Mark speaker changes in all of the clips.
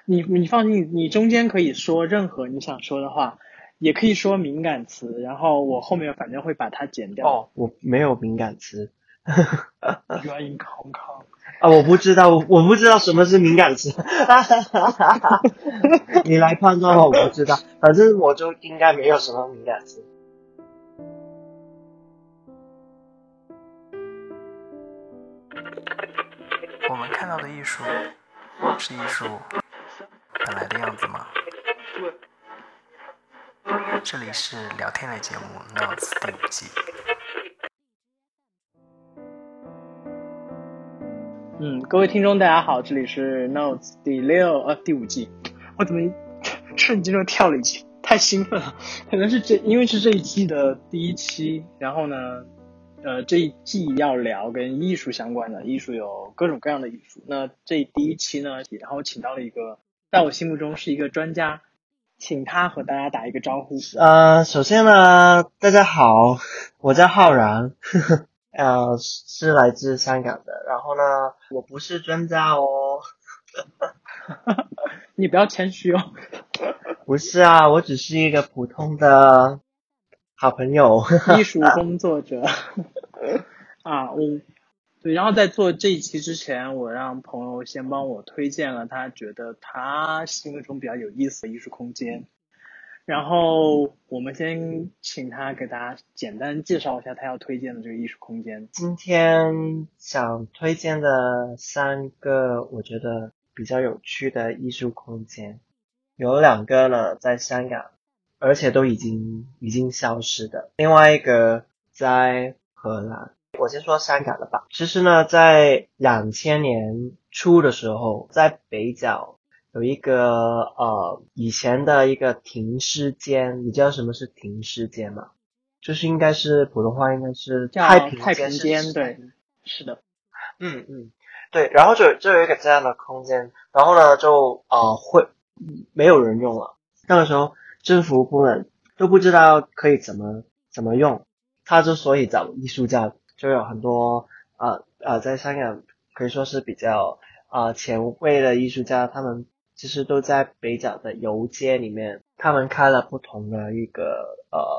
Speaker 1: 你放心，你中间可以说任何你想说的话，也可以说敏感词，然后我后面反正会把它剪掉。
Speaker 2: 哦，我没有敏感词。
Speaker 1: You are in Hong Kong。
Speaker 2: 我不知道，我不知道什么是敏感词。你来判断我不知道，反正我就应该没有什么敏感词。
Speaker 3: 我们看到的艺术是艺术本来的样子吗？这里是聊天类节目 Notes 第5季。
Speaker 1: 各位听众大家好，这里是 Notes 第5季。我怎么瞬间就跳了一季，太兴奋了。可能是因为是这一季的第1期，然后呢这一季要聊跟艺术相关的，艺术有各种各样的艺术。那这第1期呢，然后请到了一个在我心目中是一个专家，请他和大家打一个招呼。
Speaker 2: 首先呢，大家好，我叫浩然，是来自香港的。然后呢，我不是专家哦。
Speaker 1: 你不要谦虚哦。
Speaker 2: 不是啊，我只是一个普通的好朋友，
Speaker 1: 艺术工作者。对，然后在做这一期之前，我让朋友先帮我推荐了他觉得他心目中比较有意思的艺术空间。然后我们先请他给大家简单介绍一下他要推荐的这个艺术空间。
Speaker 2: 今天想推荐的3个我觉得比较有趣的艺术空间，有2个呢在香港，而且都已经消失的，另外一个在荷兰。我先说香港的吧。其实呢，在2000年初的时候，在北角有一个以前的一个停尸间。你知道什么是停尸间吗？就是应该是普通话应该是太平间。
Speaker 1: 对，是的。
Speaker 2: 对，然后就有一个这样的空间，然后呢就会没有人用了。那个时候政府部门都不知道可以怎么用，他就所以找艺术家，就有很多在香港可以说是比较前卫的艺术家，他们其实都在北角的游街里面，他们开了不同的一个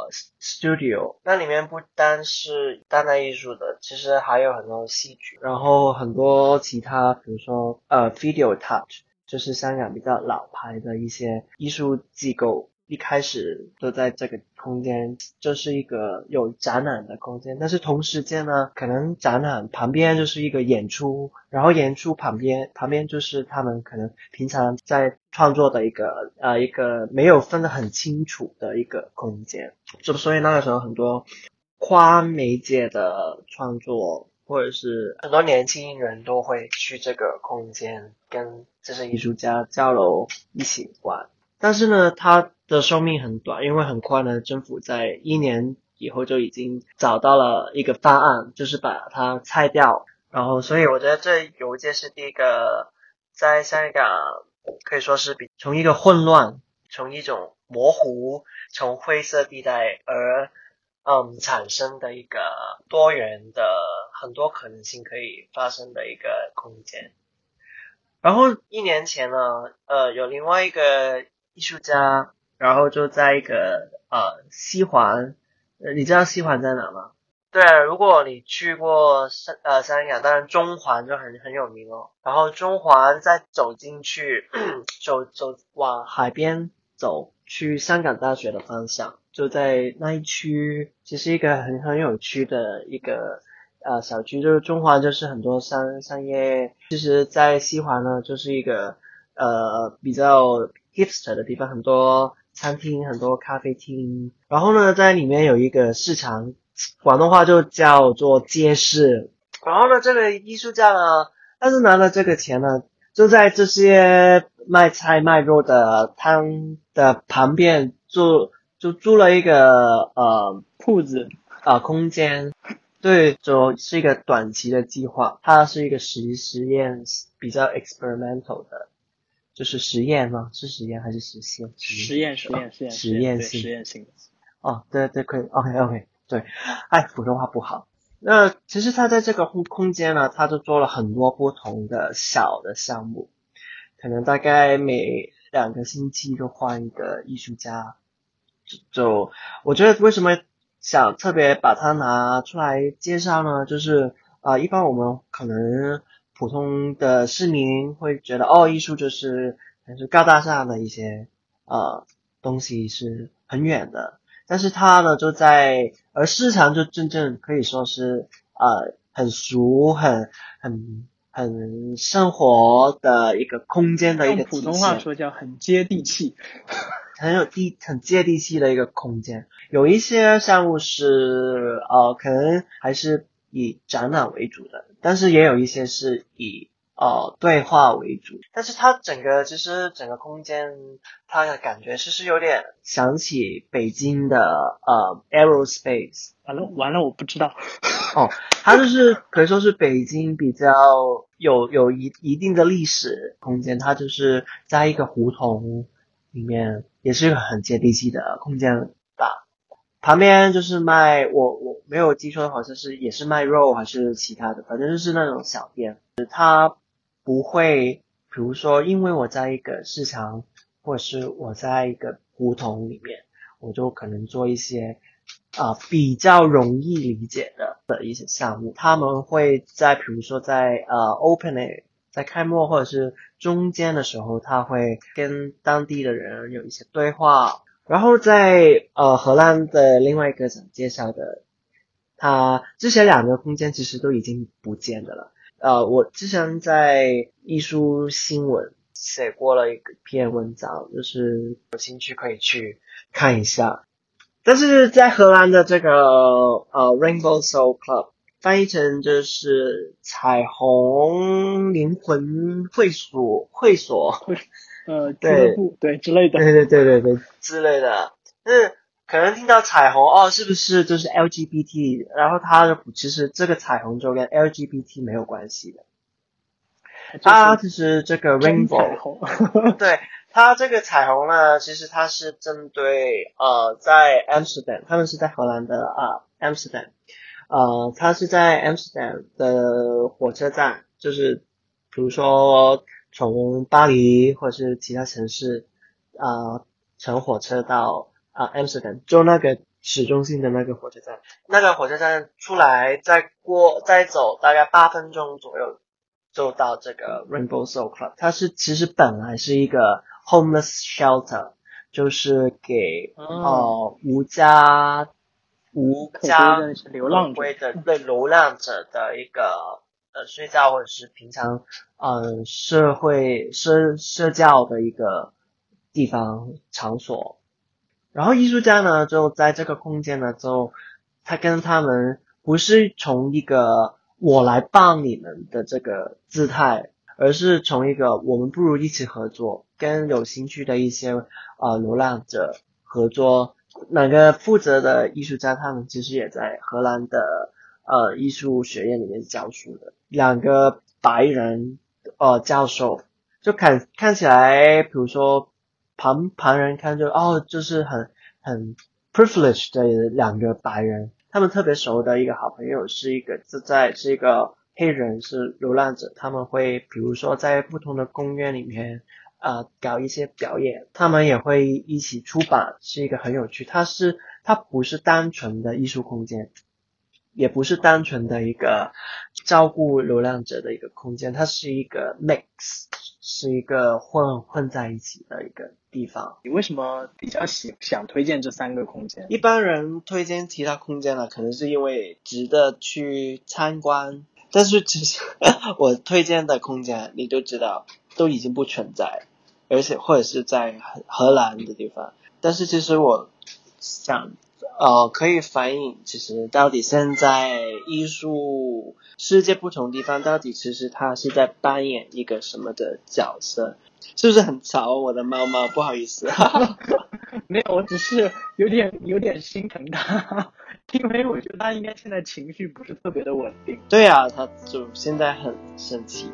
Speaker 2: studio。那里面不单是当代艺术的，其实还有很多戏剧，然后很多其他，比如说video touch， 就是香港比较老牌的一些艺术机构，一开始都在这个空间，就是一个有展览的空间。但是同时间呢，可能展览旁边就是一个演出，然后演出旁边就是他们可能平常在创作的一个没有分得很清楚的一个空间。所以那个时候很多跨媒介的创作，或者是很多年轻人都会去这个空间跟这些艺术家交流一起玩。但是呢，它的寿命很短，因为很快呢，政府在1年以后就已经找到了一个方案，就是把它拆掉。然后所以我觉得这游街是第一个在香港可以说是从一个混乱，从一种模糊，从灰色地带而产生的一个多元的很多可能性可以发生的一个空间。然后1年前呢，有另外一个艺术家，然后就在一个西环，你知道西环在哪吗？对啊，如果你去过香港，当然中环就很有名哦。然后中环再走进去，走往海边走，去香港大学的方向，就在那一区，其实一个很有趣的一个小区。就是中环就是很多商业，其实在西环呢就是一个比较 hipster 的地方，很多餐厅，很多咖啡厅。然后呢在里面有一个市场，广东话就叫做街市。然后呢这个艺术家呢，但是拿了这个钱呢，就在这些卖菜卖肉的摊的旁边就租了一个
Speaker 1: 铺子
Speaker 2: 空间。对，就是一个短期的计划，它是一个实验，比较 experimental 的，就是实验吗？是实验还是实现？
Speaker 1: 实验性。
Speaker 2: 对，可以 OK 对，普通话不好。那其实他在这个空间呢，他就做了很多不同的小的项目。 可能大概每2个星期就换一个艺术家。就我觉得为什么想特别把它拿出来介绍呢？就是一般我们可能普通的市民会觉得艺术就是高大上的一些东西是很远的，但是它呢而市场就真正可以说是很熟很生活的一个空间的一个体现，
Speaker 1: 用普通话说叫很接地气。
Speaker 2: 很接地气的一个空间。有一些项目是可能还是以展览为主的，但是也有一些是以对话为主。但是它整个空间，它的感觉是有点想起北京的Aerospace。
Speaker 1: 完了，我不知道。
Speaker 2: 它就是可以说是北京比较有一定的历史空间，它就是在一个胡同里面，也是一个很接地气的空间吧。旁边就是卖我没有记错的话，也是卖肉还是其他的，反正就是那种小店。它不会比如说因为我在一个市场或者是我在一个胡同里面，我就可能做一些比较容易理解的一些项目。他们会比如说在opening 在开幕或者是中间的时候，他会跟当地的人有一些对话。然后在荷兰的另外一个想介绍的，他之前2个空间其实都已经不见的了。我之前在艺术新闻写过了一篇文章，就是有兴趣可以去看一下。但是在荷兰的这个Rainbow Soul Club 翻译成就是彩虹灵魂会所
Speaker 1: 俱乐部对之类的，
Speaker 2: 对之类的。就是可能听到彩虹是不是就是 LGBT？ 然后其实这个彩虹就跟 LGBT 没有关系的。它其实这个 Rainbow 对。它这个彩虹呢，其实它是针对在 Amsterdam， 他们是在荷兰的Amsterdam， 它是在 Amsterdam 的火车站，就是比如说从巴黎或者是其他城市乘火车到Amsterdam， 就那个市中心的那个火车站，那个火车站出来再走大概8分钟左右就到这个 Rainbow Soul Club。 它其实本来是一个homeless shelter， 就是给
Speaker 1: 流浪者
Speaker 2: 对流浪者的一个睡觉或者是平常社交的一个地方场所。然后艺术家呢就在这个空间呢他跟他们不是从一个我来帮你们的这个姿态，而是从一个我们不如一起合作，跟有兴趣的一些流浪者合作。那个负责的艺术家他们其实也在荷兰的艺术学院里面教书的，2个白人教授，就看起来比如说旁人看就是很 privileged 的2个白人。他们特别熟的一个好朋友是一个黑人，是流浪者。他们会比如说在不同的公园里面搞一些表演，他们也会一起出版，是一个很有趣。它不是单纯的艺术空间，也不是单纯的一个照顾流浪者的一个空间，它是一个 mix， 是一个混在一起的一个地方。
Speaker 1: 你为什么比较想推荐这3个空间？
Speaker 2: 一般人推荐其他空间呢，可能是因为值得去参观，但是其实我推荐的空间你都知道都已经不存在，而且或者是在荷兰的地方。但是其实我想可以反映其实到底现在艺术世界不同地方到底其实它是在扮演一个什么的角色。是不是很吵我的猫猫？不好意思。
Speaker 1: 没有，我只是有点心疼他，因为我觉得他应该现在情绪不是特别的稳定。
Speaker 2: 对啊，他就现在很生气。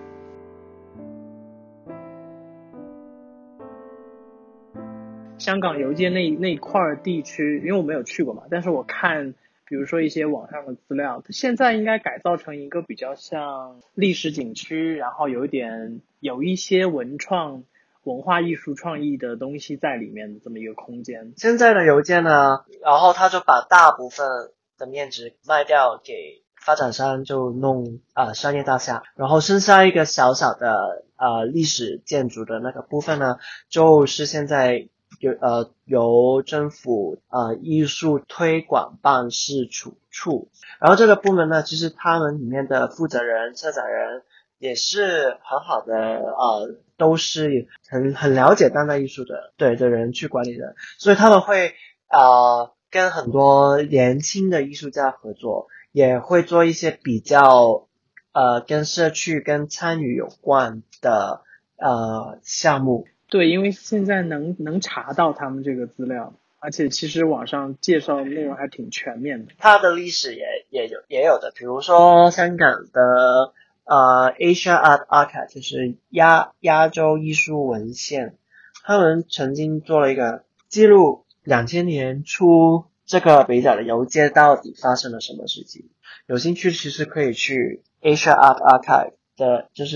Speaker 1: 香港邮界那一块地区，因为我没有去过嘛，但是我看比如说一些网上的资料，它现在应该改造成一个比较像历史景区，然后有一些文化艺术创意的东西在里面的这么一个空间。
Speaker 2: 现在的邮件呢，然后他就把大部分的面积卖掉给发展商，就弄商业大厦，然后剩下一个小小的历史建筑的那个部分呢，就是现在由政府艺术推广办事处，然后这个部门呢，其实他们里面的负责人、策展人也是很好的都是很了解当代艺术的人去管理的，所以他们会跟很多年轻的艺术家合作，也会做一些比较跟社区跟参与有关的项目。
Speaker 1: 对，因为现在能查到他们这个资料，而且其实网上介绍的内容还挺全面的。
Speaker 2: 它的历史也有的，比如说香港的Asia Art Archive， 就是亚洲艺术文献，他们曾经做了一个记录2000年初这个北角的邮街到底发生了什么事情。有兴趣其实可以去 Asia Art Archive 的，就是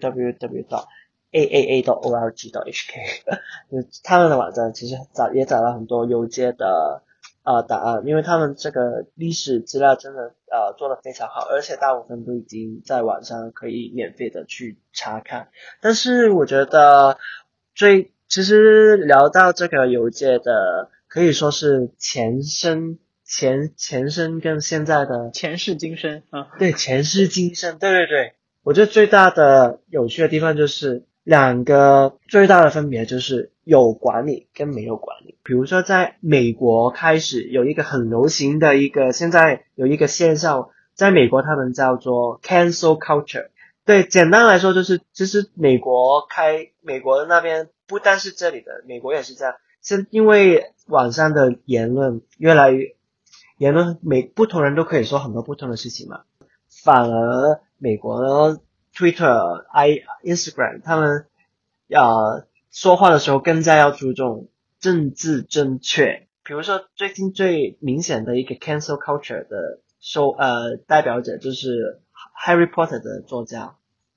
Speaker 2: www.aaa.org.hk 他们的网站其实也找到很多邮街的答案，因为他们这个历史资料真的做得非常好，而且大部分都已经在网上可以免费的去查看。但是我觉得其实聊到这个邮界的，可以说是前身跟现在的
Speaker 1: 前世今生啊。
Speaker 2: 对，前世今生，对，我觉得最大的有趣的地方就是两个最大的分别就是有管理跟没有管理。比如说在美国开始有一个很流行的现在有一个现象，在美国他们叫做 cancel culture。对，简单来说就是其实美国的那边不单是这里的，美国也是这样，因为网上的言论不同人都可以说很多不同的事情嘛，反而美国的 Twitter、Instagram 他们说话的时候更加要注重政治正确。比如说最近最明显的一个 cancel culture 的代表者就是 Harry Potter 的作家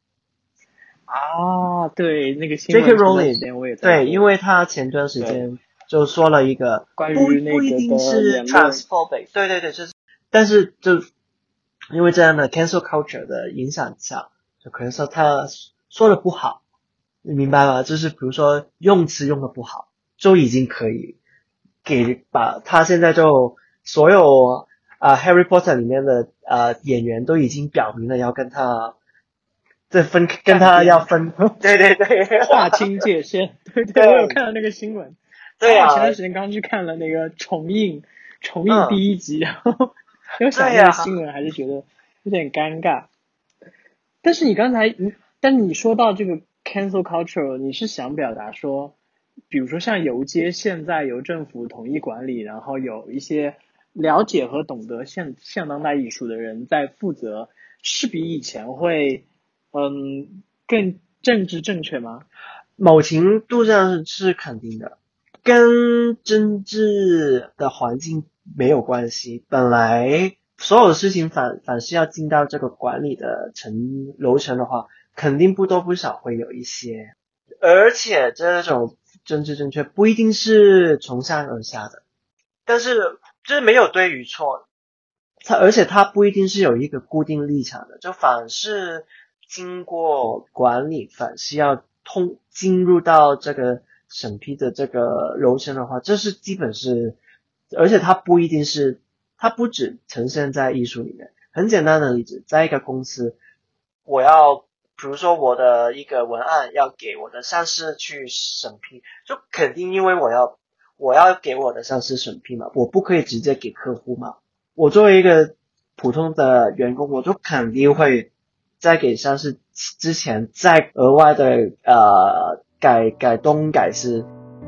Speaker 1: 对，那个新闻
Speaker 2: J.K. Rowling
Speaker 1: 我也在
Speaker 2: 对，因为他前段时间就说了一个
Speaker 1: 关于那个
Speaker 2: 不一定是 transphobic， 对，就是但是就因为这样的 cancel culture 的影响下，就可能说他说的不好，你明白吗？就是比如说用词用的不好，就已经可以把他现在就所有Harry Potter 里面的演员都已经表明了要跟他跟他要分，对，
Speaker 1: 划清界限。对，我有看到那个新闻。
Speaker 2: 对啊，
Speaker 1: 前段时间刚去看了那个重映第一集，然后有想那个新闻还是觉得有点尴尬。但是你说到这个 cancel culture， 你是想表达说，比如说像邮街现在由政府统一管理，然后有一些了解和懂得现当代艺术的人在负责，是比以前会更政治正确吗？
Speaker 2: 某程度上是肯定的，跟政治的环境没有关系。本来所有的事情凡是要进到这个管理的流程的话，肯定不多不少会有一些，而且这种政治正确不一定是从上而下的，但是这没有对与错，而且它不一定是有一个固定立场的，就凡是经过管理，凡是要进入到这个审批的这个流程的话，这是基本是，而且它不只呈现在艺术里面。很简单的例子，在一个公司，比如说我的一个文案要给我的上司去审批，就肯定因为我要给我的上司审批嘛，我不可以直接给客户嘛。我作为一个普通的员工，我就肯定会在给上市之前再额外的改东改西。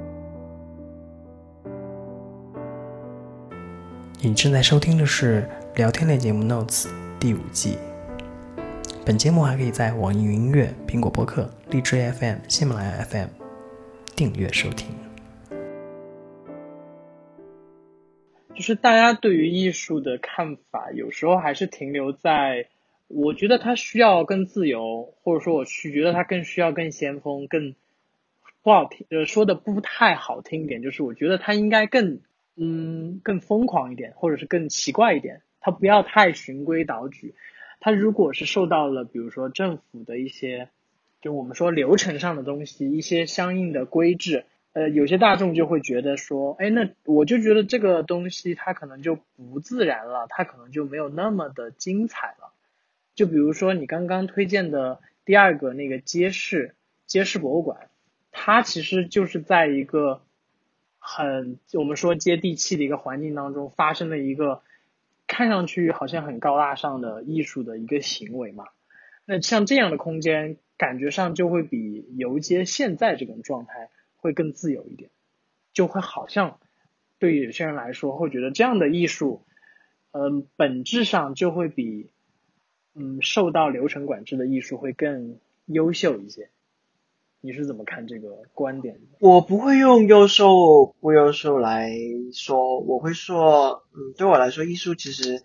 Speaker 3: 你正在收听的是聊天类节目 Notes 第5季。本节目还可以在网易云音乐、苹果播客、荔枝 FM、喜马拉雅 FM 订阅收听。
Speaker 1: 就是大家对于艺术的看法，有时候还是停留在，我觉得它需要更自由，或者说我觉得它更需要更先锋，更不好听，说的不太好听一点，就是我觉得它应该更疯狂一点，或者是更奇怪一点，它不要太循规蹈矩。它如果是受到了比如说政府的一些，就我们说流程上的东西，一些相应的规制，有些大众就会觉得说，哎，那我就觉得这个东西它可能就不自然了，它可能就没有那么的精彩了。就比如说你刚刚推荐的第二个那个街市博物馆，它其实就是在一个我们说接地气的一个环境当中发生的一个看上去好像很高大上的艺术的一个行为嘛。那像这样的空间，感觉上就会比游街现在这种状态会更自由一点，就会好像对于有些人来说，会觉得这样的艺术，本质上就会比受到流程管制的艺术会更优秀一些。你是怎么看这个观点的？
Speaker 2: 我不会用优秀不优秀来说，我会说，对我来说，艺术其实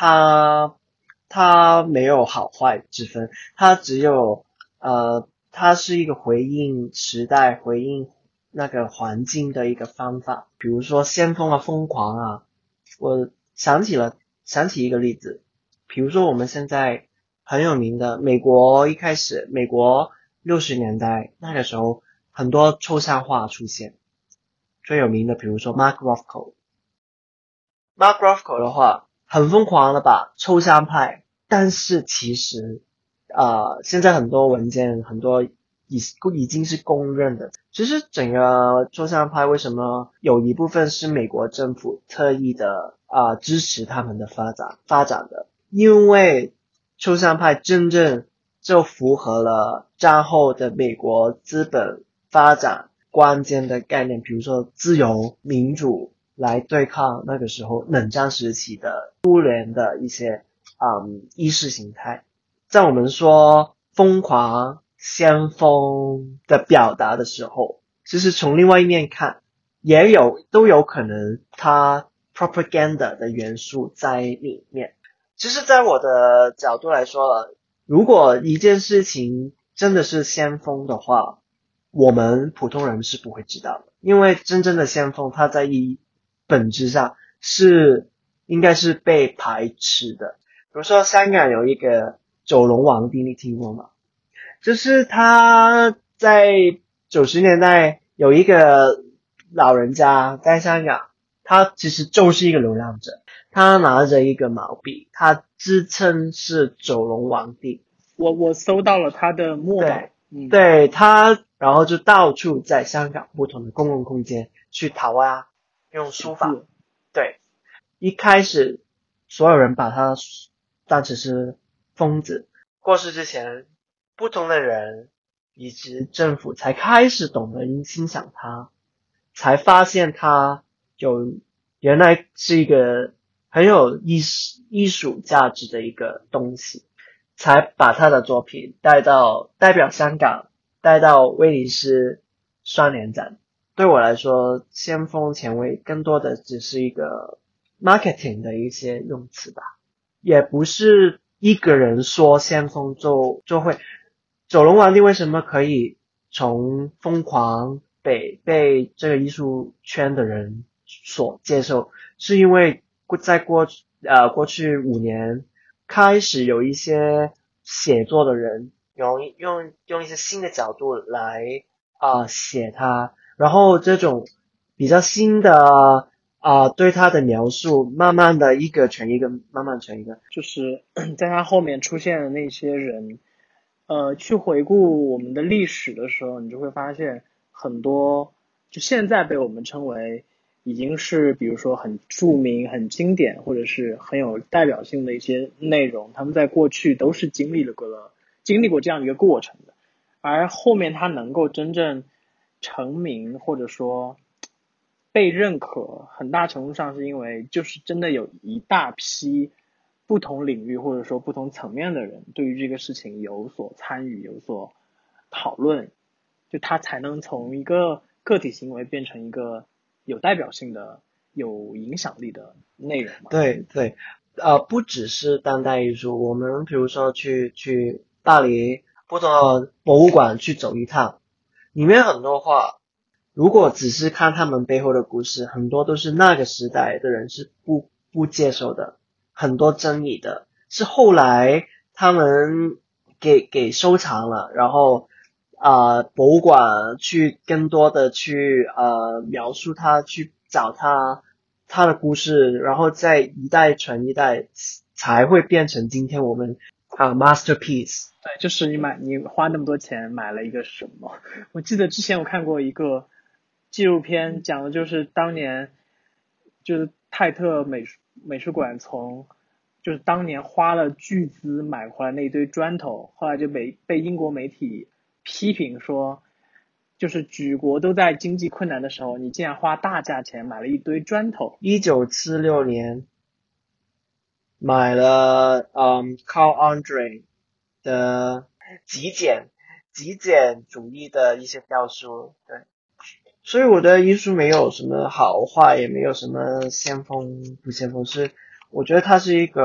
Speaker 2: 它没有好坏之分，它只有它是一个回应时代、回应那个环境的一个方法。比如说先锋啊、疯狂啊，我想起一个例子，比如说我们现在很有名的美国60年代那个时候，很多抽象画出现，最有名的比如说 Mark Rothko。Mark Rothko 的话很疯狂的吧，抽象派，但是其实现在很多文件很多已经是公认的。其实整个抽象派为什么有一部分是美国政府特意的支持他们的发展的，因为抽象派真正就符合了战后的美国资本发展关键的概念，比如说自由民主，来对抗那个时候冷战时期的苏联的一些意识形态。在我们说疯狂先锋的表达的时候，其实从另外一面看都有可能它 propaganda 的元素在里面。其实在我的角度来说，如果一件事情真的是先锋的话，我们普通人是不会知道的，因为真正的先锋它在本质上应该是被排斥的。比如说香港有一个九龙皇帝，你听过吗？就是他在90年代有一个老人家在香港，他其实就是一个流浪者，他拿着一个毛笔，他自称是九龙皇帝。
Speaker 1: 我搜到了他的墨宝，
Speaker 2: 对他，然后就到处在香港不同的公共空间去涂鸦，用书法。对，一开始所有人把他当成是疯子，过世之前，不同的人以及政府才开始懂得欣赏他，才发现他原来是一个很有艺术价值的一个东西，才把他的作品代表香港，带到威尼斯双年展。对我来说，先锋前卫更多的只是一个 marketing 的一些用词吧，也不是一个人说先锋就会。九龙皇帝为什么可以从疯狂被这个艺术圈的人所接受，是因为在过去5年开始有一些写作的人用一些新的角度来写它，然后这种比较新的对他的描述，慢慢的一个传一个，慢慢传一个，
Speaker 1: 就是在他后面出现的那些人，去回顾我们的历史的时候，你就会发现很多就现在被我们称为已经是比如说很著名、很经典或者是很有代表性的一些内容，他们在过去都是经历过这样一个过程的，而后面他能够真正成名或者说被认可，很大程度上是因为就是真的有一大批不同领域或者说不同层面的人对于这个事情有所参与、有所讨论，就他才能从一个个体行为变成一个有代表性的有影响力的内容嘛。
Speaker 2: 对对，不只是当代艺术，我们比如说去巴黎不同的博物馆去走一趟，里面很多画，如果只是看他们背后的故事，很多都是那个时代的人是不接受的，很多争议的，是后来他们给收藏了，然后博物馆去更多的去描述它，去找它的故事，然后再一代传一代，才会变成今天我们masterpiece。
Speaker 1: 对，就是你花那么多钱买了一个什么？我记得之前我看过一个纪录片，讲的就是当年就是泰特美术馆就是当年花了巨资买回来那一堆砖头，后来就被英国媒体批评说，就是举国都在经济困难的时候，你竟然花大价钱买了一堆砖头。
Speaker 2: 1976年买了Carl Andre 的极简主义的一些雕塑，对，所以我的艺术没有什么好坏，也没有什么先锋不先锋，我觉得它是一个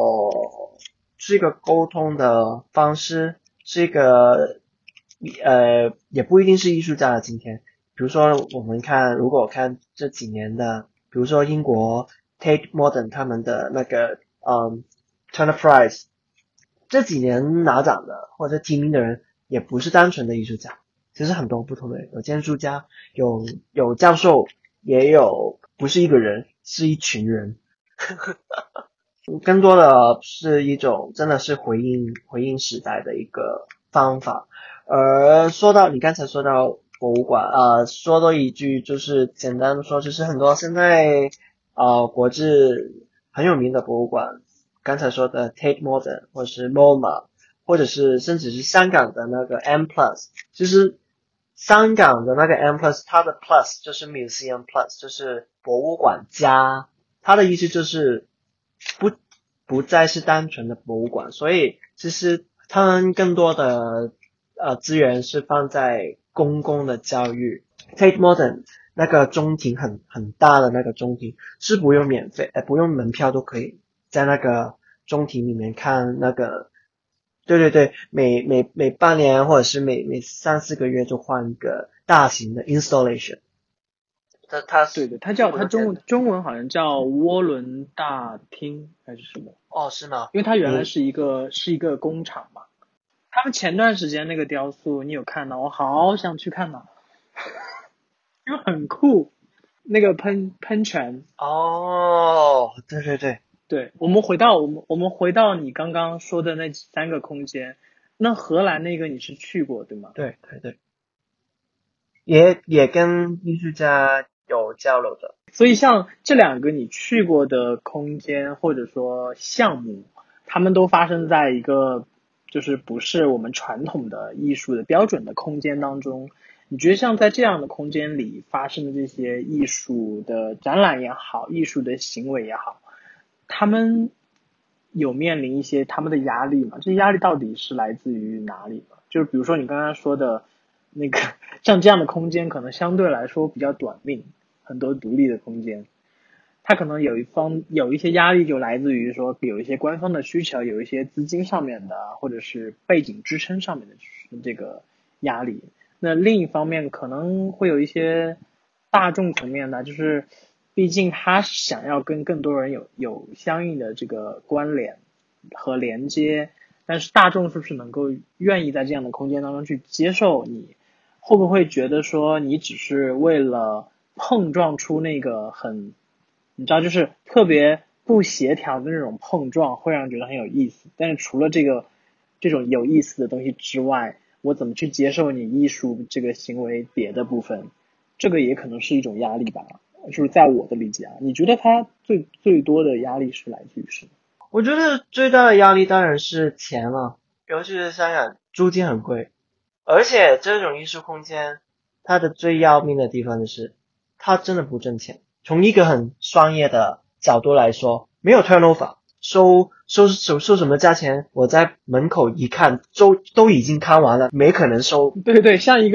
Speaker 2: 沟通的方式，是一个也不一定是艺术家的今天。比如说如果我看这几年的，比如说英国 Tate Modern 他们的那个Turner Prize， 这几年拿奖的或者提名的人也不是单纯的艺术家，其实很多不同的人，有建筑家，有教授，也有不是一个人，是一群人。更多的是一种真的是回应时代的一个方法。而你刚才说到博物馆，说多一句就是简单的说，就是很多现在国际很有名的博物馆，刚才说的 Tate Modern 或是 MoMA， 或者是甚至是香港的那个 M+， 其实香港的那个 M+， 它的 Plus 就是 Museum Plus， 就是博物馆加，它的意思就是不再是单纯的博物馆，所以其实他们更多的资源是放在公共的教育。Tate Modern 那个中庭很大的那个中庭是不用不用门票都可以在那个中庭里面看那个，对，每半年或者是每3-4个月就换一个大型的 installation。
Speaker 1: 它中文好像叫涡轮大厅还是什么？
Speaker 2: 哦，是吗？
Speaker 1: 因为它原来是一个工厂嘛。他们前段时间那个雕塑你有看到？我好想去看呐，因为很酷，那个喷泉。
Speaker 2: 哦，对，
Speaker 1: 我们回到你刚刚说的那3个空间，那荷兰那个你是去过对吗？
Speaker 2: 对，也跟艺术家有交流的。
Speaker 1: 所以像这2个你去过的空间或者说项目，他们都发生在一个就是不是我们传统的艺术的标准的空间当中。你觉得像在这样的空间里发生的这些艺术的展览也好，艺术的行为也好，他们有面临一些他们的压力吗？这压力到底是来自于哪里呢？就是比如说你刚刚说的那个像这样的空间可能相对来说比较短命，很多独立的空间，它可能有一些压力就来自于说有一些官方的需求，有一些资金上面的或者是背景支撑上面的这个压力。那另一方面可能会有一些大众层面的，就是毕竟他想要跟更多人有相应的这个关联和连接，但是大众是不是能够愿意在这样的空间当中去接受你？会不会觉得说你只是为了碰撞出那个你知道就是特别不协调的那种碰撞，会让人觉得很有意思，但是除了这种有意思的东西之外，我怎么去接受你艺术这个行为别的部分，这个也可能是一种压力吧，就是在我的理解啊。你觉得它最多的压力是来自于什么？
Speaker 2: 我觉得最大的压力当然是钱了，尤其是香港租金很贵，而且这种艺术空间它的最要命的地方就是它真的不挣钱。从一个很商业的角度来说，没有 turnover， 收什么价钱，我在门口一看都已经看完了，没可能收。
Speaker 1: 对，像一个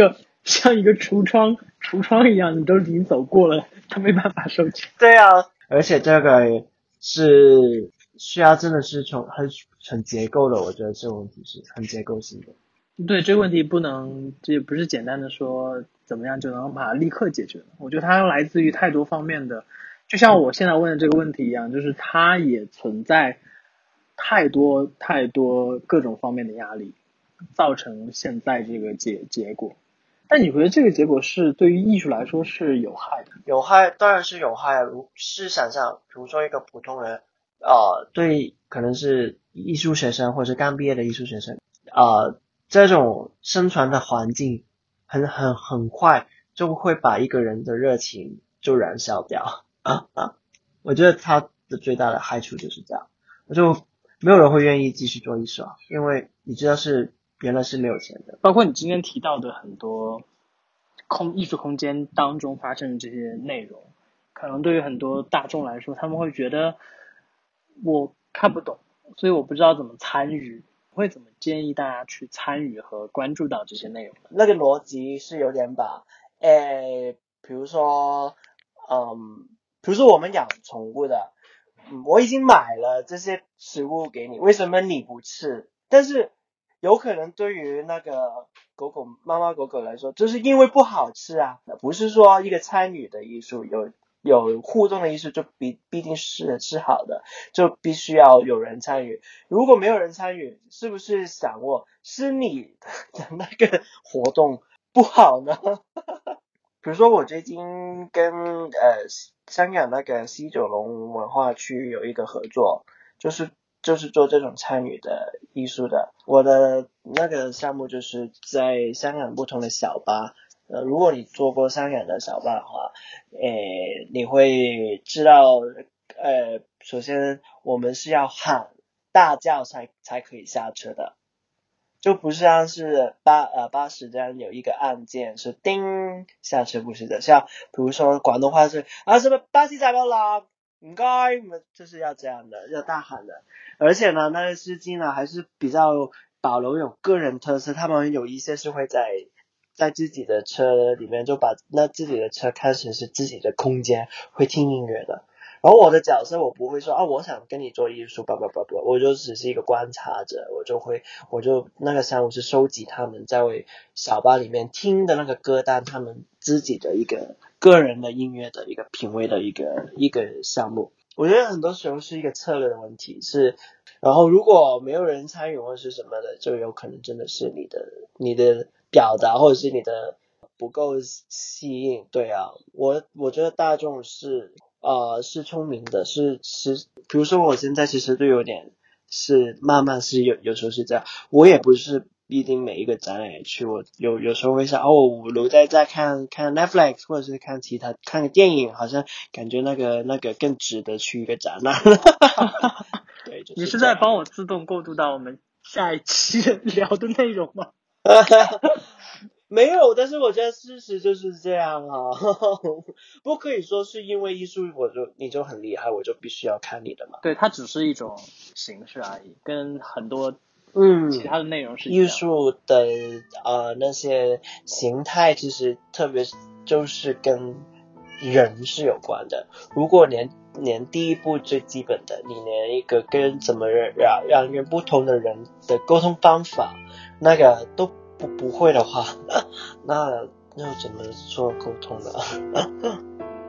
Speaker 1: 像一个橱窗一样，你都已经走过了，他没办法收钱。
Speaker 2: 对啊，而且这个是需要真的是很结构的，我觉得这个问题是很结构性的。
Speaker 1: 对，这个问题这也不是简单的说怎么样就能把它立刻解决的。我觉得它来自于太多方面的，就像我现在问的这个问题一样，就是它也存在太多各种方面的压力，造成现在这个结果。但你觉得这个结果是对于艺术来说是有害的？
Speaker 2: 有害当然是有害，是想象，比如说一个普通人，对，可能是艺术学生或者刚毕业的艺术学生，这种生存的环境很快就会把一个人的热情就燃烧掉。我觉得它的最大的害处就是这样，就没有人会愿意继续做艺术，因为你知道原来是没有钱的。
Speaker 1: 包括你今天提到的很多艺术空间当中发生的这些内容，可能对于很多大众来说，他们会觉得我看不懂，所以我不知道怎么参与。会怎么建议大家去参与和关注到这些内容呢？
Speaker 2: 那个逻辑是有点比如说我们养宠物的，我已经买了这些食物给你，为什么你不吃？但是有可能对于那个妈妈狗狗来说，就是因为不好吃啊，不是说一个参与的艺术有互动的艺术就必定是好的，就必须要有人参与。如果没有人参与，是不是想过是你的那个活动不好呢？比如说我最近跟香港那个西九龙文化区有一个合作，就是做这种参与的艺术的。我的那个项目就是在香港不同的小巴，如果你坐过香港的小巴的话，你会知道，首先我们是要喊大叫才可以下车的，就不像是巴士这样有一个按键是叮下车，不是的。像比如说广东话是什么巴士站到啦，唔该，就是要这样的，要大喊的。而且呢，那个司机呢还是比较保留有个人特色，他们有一些是会在自己的车里面就把自己的车看成是自己的空间，会听音乐的。然后我的角色我不会说我想跟你做艺术我就只是一个观察者，我就那个项目是收集他们在小巴里面听的那个歌单，他们自己的一个个人的音乐的一个品味的一个项目。我觉得很多时候是一个策略的问题，然后如果没有人参与或是什么的，就有可能真的是你的表达或者是你的不够吸引。对啊，我觉得大众是聪明的，比如说我现在其实都有点是慢慢是有时候是这样，我也不是一定每一个展览去，我有时候会想我留在看 Netflix 或者是看个电影，好像感觉那个更值得去一个展览。对，就是，
Speaker 1: 你是在帮我自动过渡到我们下一期聊的内容吗？
Speaker 2: 没有，但是我觉得事实就是这样啊，不可以说是因为艺术你就很厉害，我就必须要看你的嘛。
Speaker 1: 对，它只是一种形式而已，跟很多其他的内容是一样。
Speaker 2: 艺术的那些形态其实特别就是跟人是有关的。如果连第一步最基本的，你连一个跟怎么让跟不同的人的沟通方法那个都不会的话，那怎么做沟通呢？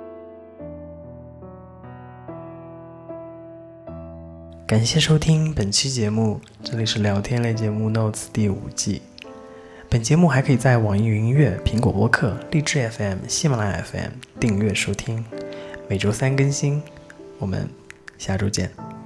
Speaker 3: 感谢收听本期节目，这里是聊天类节目 Notes 第5季。本节目还可以在网易云音乐、苹果播客、荔枝 FM、喜马拉雅 FM 订阅收听，每周3更新。我们下周见。